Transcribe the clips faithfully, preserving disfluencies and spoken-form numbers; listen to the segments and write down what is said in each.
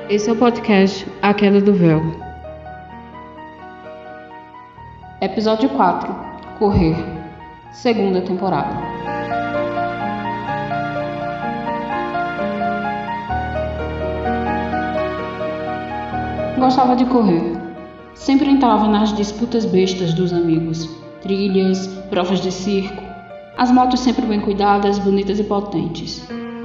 Esse é o podcast A Queda do Véu. Episódio quatro. Correr. Segunda temporada. Gostava de correr. Sempre entrava nas disputas bestas dos amigos. Trilhas, provas de circo. As motos sempre bem cuidadas, bonitas e potentes.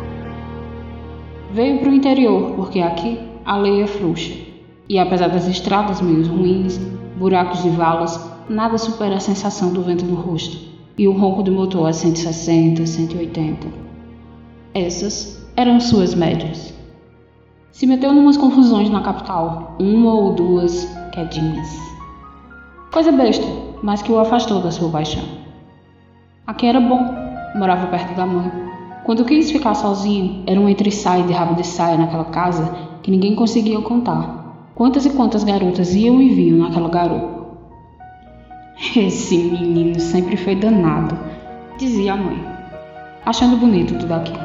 Veio para o interior, porque aqui a lei é frouxa. E apesar das estradas meio ruins, buracos de valas, nada supera a sensação do vento no rosto e o ronco de motor a cento e sessenta, cento e oitenta. Essas eram suas médias. Se meteu numas confusões na capital, uma ou duas quedinhas. Coisa besta, mas que o afastou da sua paixão. Aqui era bom, morava perto da mãe. Quando quis ficar sozinho, era um entre-sai de rabo de saia naquela casa que ninguém conseguia contar. Quantas e quantas garotas iam e vinham naquela garupa. Esse menino sempre foi danado, dizia a mãe, achando bonito tudo aquilo.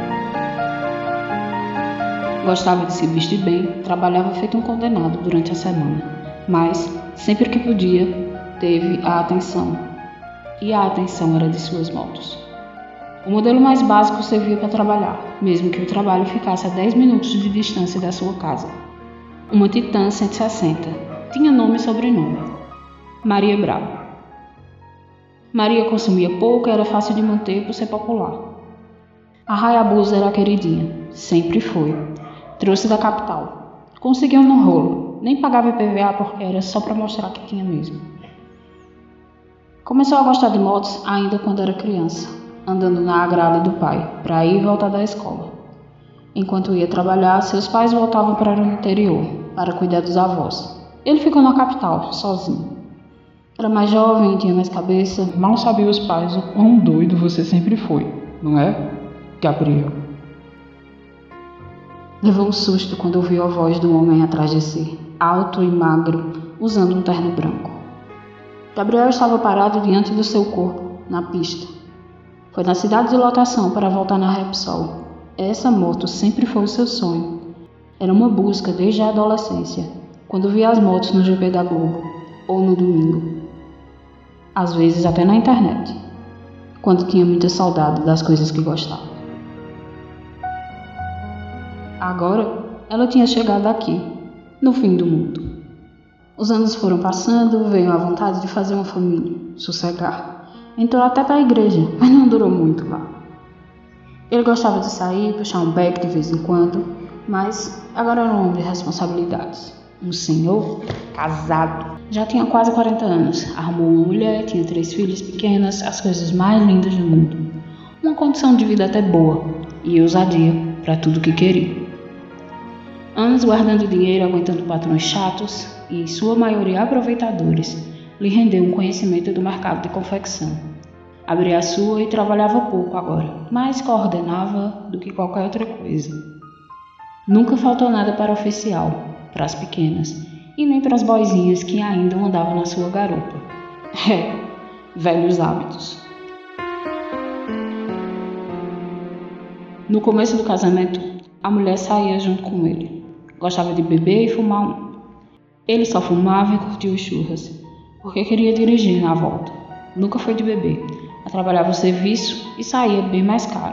Gostava de se vestir bem, trabalhava feito um condenado durante a semana, mas, sempre que podia, teve a atenção. E a atenção era de suas motos. O modelo mais básico servia para trabalhar, mesmo que o trabalho ficasse a dez minutos de distância da sua casa. Uma Titan cento e sessenta. Tinha nome e sobrenome. Maria Bravo. Maria consumia pouco e era fácil de manter por ser popular. A Hayabusa era a queridinha. Sempre foi. Trouxe da capital. Conseguiu no rolo. Nem pagava I P V A porque era só para mostrar que tinha mesmo. Começou a gostar de motos ainda quando era criança, andando na agrale do pai, para ir e voltar da escola. Enquanto ia trabalhar, seus pais voltavam para o interior, para cuidar dos avós. Ele ficou na capital, sozinho. Era mais jovem, tinha mais cabeça. Mal sabia os pais o quão doido você sempre foi, não é, Gabriel? Levou um susto quando ouviu a voz do homem atrás de si, alto e magro, usando um terno branco. Gabriel estava parado diante do seu corpo, na pista. Foi na cidade de lotação para voltar na Repsol. Essa moto sempre foi o seu sonho. Era uma busca desde a adolescência, quando via as motos no G P da Globo, ou no domingo. Às vezes até na internet, quando tinha muita saudade das coisas que gostava. Agora, ela tinha chegado aqui, no fim do mundo. Os anos foram passando, veio a vontade de fazer uma família, sossegar. Entrou até para a igreja, mas não durou muito lá. Ele gostava de sair, puxar um beck de vez em quando, mas agora era um homem de responsabilidades. Um senhor casado. Já tinha quase quarenta anos, arrumou uma mulher, tinha três filhas pequenas, as coisas mais lindas do mundo. Uma condição de vida até boa e ousadia para tudo que queria. Anos guardando dinheiro, aguentando patrões chatos e, sua maioria aproveitadores, lhe rendeu um conhecimento do mercado de confecção. Abria a sua e trabalhava pouco agora, mas coordenava do que qualquer outra coisa. Nunca faltou nada para oficial, para as pequenas, e nem para as boizinhas que ainda andavam na sua garupa. É, velhos hábitos. No começo do casamento, a mulher saía junto com ele. Gostava de beber e fumar um. Ele só fumava e curtia os churras, porque queria dirigir na volta. Nunca foi de beber. Trabalhava o serviço e saía bem mais caro.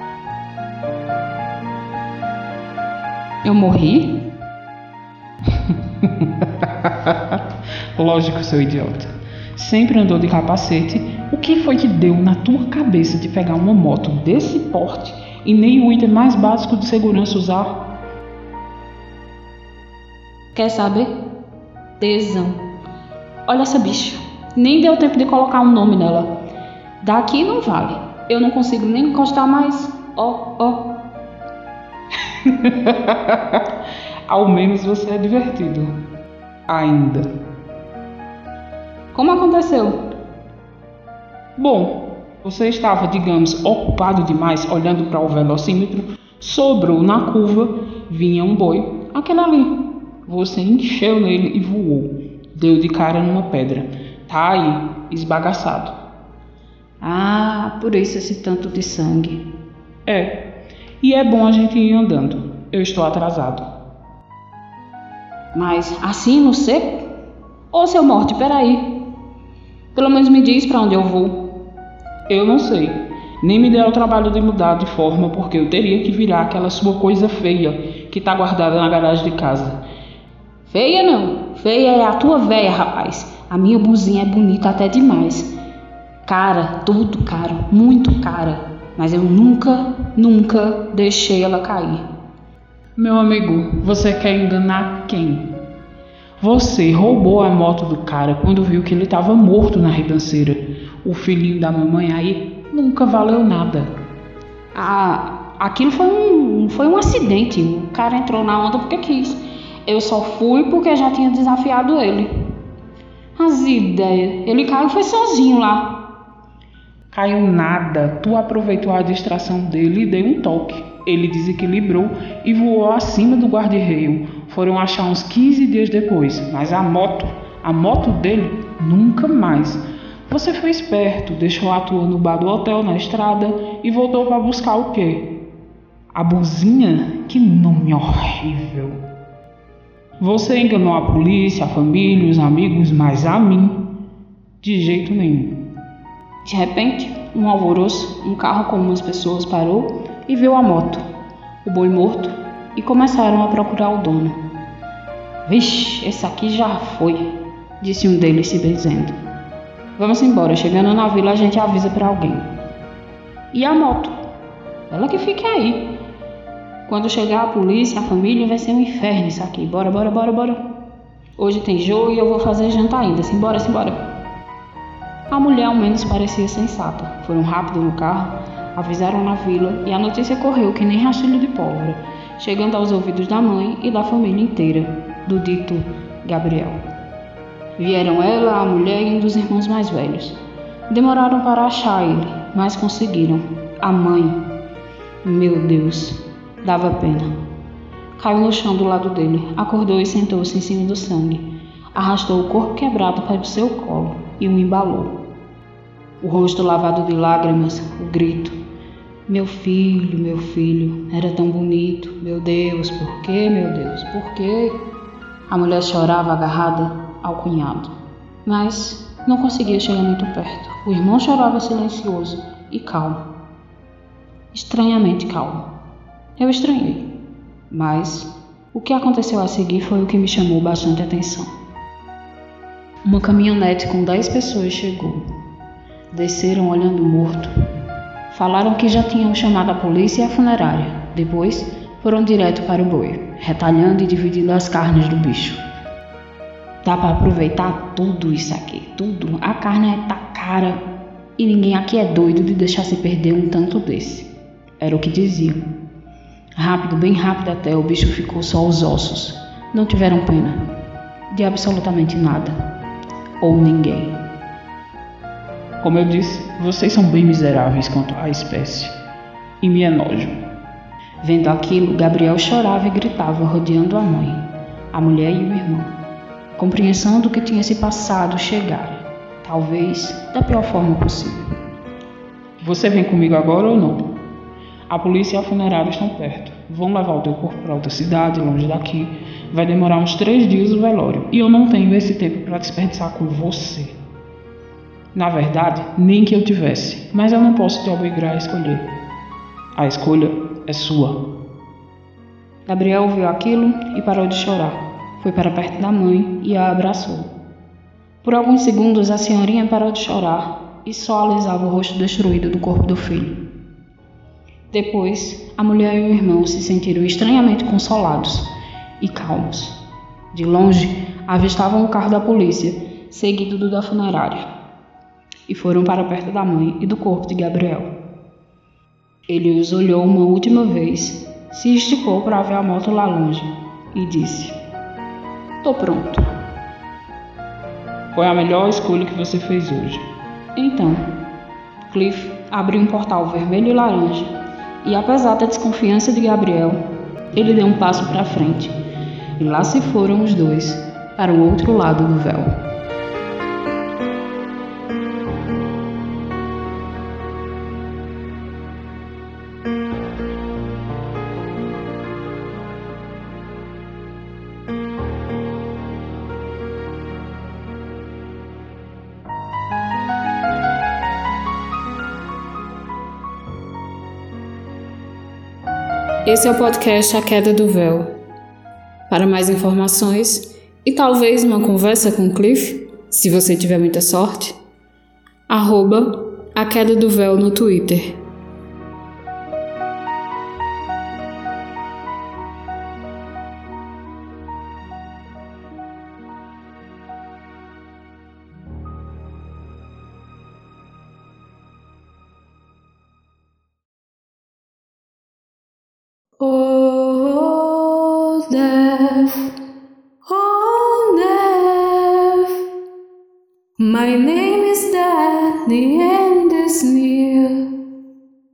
Eu morri? Lógico, seu idiota. Sempre andou de capacete. O que foi que deu na tua cabeça de pegar uma moto desse porte e nem o item mais básico de segurança usar? Quer saber? Tesão. Olha essa bicha. Nem deu tempo de colocar um nome nela. Daqui não vale. Eu não consigo nem encostar mais. Ó, ó. Ao menos você é divertido. Ainda. Como aconteceu? Bom, você estava, digamos, ocupado demais olhando para o velocímetro. Sobrou na curva, vinha um boi, aquele ali. Você encheu nele e voou. Deu de cara numa pedra. Tá aí, esbagaçado. Ah, por isso esse tanto de sangue. É, e é bom a gente ir andando. Eu estou atrasado. Mas assim no seco? Ô, seu morte, peraí. Pelo menos me diz pra onde eu vou. Eu não sei. Nem me dê o trabalho de mudar de forma, porque eu teria que virar aquela sua coisa feia que tá guardada na garagem de casa. Feia não. Feia é a tua véia, rapaz. A minha buzinha é bonita até demais. Cara, tudo caro, muito cara. Mas eu nunca, nunca deixei ela cair. Meu amigo, você quer enganar quem? Você roubou a moto do cara quando viu que ele estava morto na ribanceira. O filhinho da mamãe aí nunca valeu nada. Ah, aquilo foi um, foi um acidente. O cara entrou na onda porque quis. Eu só fui porque já tinha desafiado ele. As ideias. Ele caiu foi sozinho lá. Caiu nada. Tu aproveitou a distração dele e deu um toque. Ele desequilibrou e voou acima do guarda-reio. Foram achar uns quinze dias depois. Mas a moto, a moto dele, nunca mais. Você foi esperto, deixou a tua no bar do hotel na estrada e voltou para buscar o quê? A buzinha? Que nome horrível. Você enganou a polícia, a família, os amigos, mas a mim, de jeito nenhum. De repente, um alvoroço, um carro com umas pessoas parou e viu a moto, o boi morto, e começaram a procurar o dono. Vixe, esse aqui já foi, disse um deles se benzendo. Vamos embora, chegando na vila a gente avisa para alguém. E a moto? Ela que fique aí. Quando chegar a polícia, a família, vai ser um inferno isso aqui. Bora, bora, bora, bora. Hoje tem jogo e eu vou fazer janta ainda. Simbora, simbora. A mulher ao menos parecia sensata. Foram rápido no carro, avisaram na vila e a notícia correu que nem rastilho de pólvora, chegando aos ouvidos da mãe e da família inteira, do dito Gabriel. Vieram ela, a mulher e um dos irmãos mais velhos. Demoraram para achar ele, mas conseguiram. A mãe, meu Deus, dava pena. Caiu no chão do lado dele, acordou e sentou-se em cima do sangue. Arrastou o corpo quebrado para o seu colo e o embalou. O rosto lavado de lágrimas, o grito. Meu filho, meu filho, era tão bonito. Meu Deus, por quê, meu Deus, por quê? A mulher chorava agarrada ao cunhado, mas não conseguia chegar muito perto. O irmão chorava silencioso e calmo. Estranhamente calmo. Eu estranhei, mas o que aconteceu a seguir foi o que me chamou bastante atenção. Uma caminhonete com dez pessoas chegou. Desceram olhando o morto. Falaram que já tinham chamado a polícia e a funerária. Depois foram direto para o boi, retalhando e dividindo as carnes do bicho. Dá para aproveitar tudo isso aqui, tudo. A carne tá cara e ninguém aqui é doido de deixar se perder um tanto desse. Era o que diziam. Rápido, bem rápido até, o bicho ficou só os ossos. Não tiveram pena de absolutamente nada. Ou ninguém. Como eu disse, vocês são bem miseráveis quanto à espécie. E me enojo. Vendo aquilo, Gabriel chorava e gritava, rodeando a mãe, a mulher e o irmão. Compreensão do que tinha se passado chegara, talvez da pior forma possível. Você vem comigo agora ou não? A polícia e a funerária estão perto. Vão levar o teu corpo para outra cidade, longe daqui. Vai demorar uns três dias o velório. E eu não tenho esse tempo para desperdiçar com você. Na verdade, nem que eu tivesse. Mas eu não posso te obrigar a escolher. A escolha é sua. Gabriel ouviu aquilo e parou de chorar. Foi para perto da mãe e a abraçou. Por alguns segundos a senhorinha parou de chorar e só alisava o rosto destruído do corpo do filho. Depois, a mulher e o irmão se sentiram estranhamente consolados e calmos. De longe, avistavam o carro da polícia, seguido do da funerária, e foram para perto da mãe e do corpo de Gabriel. Ele os olhou uma última vez, se esticou para ver a moto lá longe e disse: "Tô pronto." Foi a melhor escolha que você fez hoje. Então, Cliff abriu um portal vermelho e laranja, e apesar da desconfiança de Gabriel, ele deu um passo para frente, e lá se foram os dois para o outro lado do véu. Esse é o podcast A Queda do Véu. Para mais informações e talvez uma conversa com o Cliff, se você tiver muita sorte, arroba A Queda do Véu no Twitter. Oh, death, oh, death, my name is death, the end is near.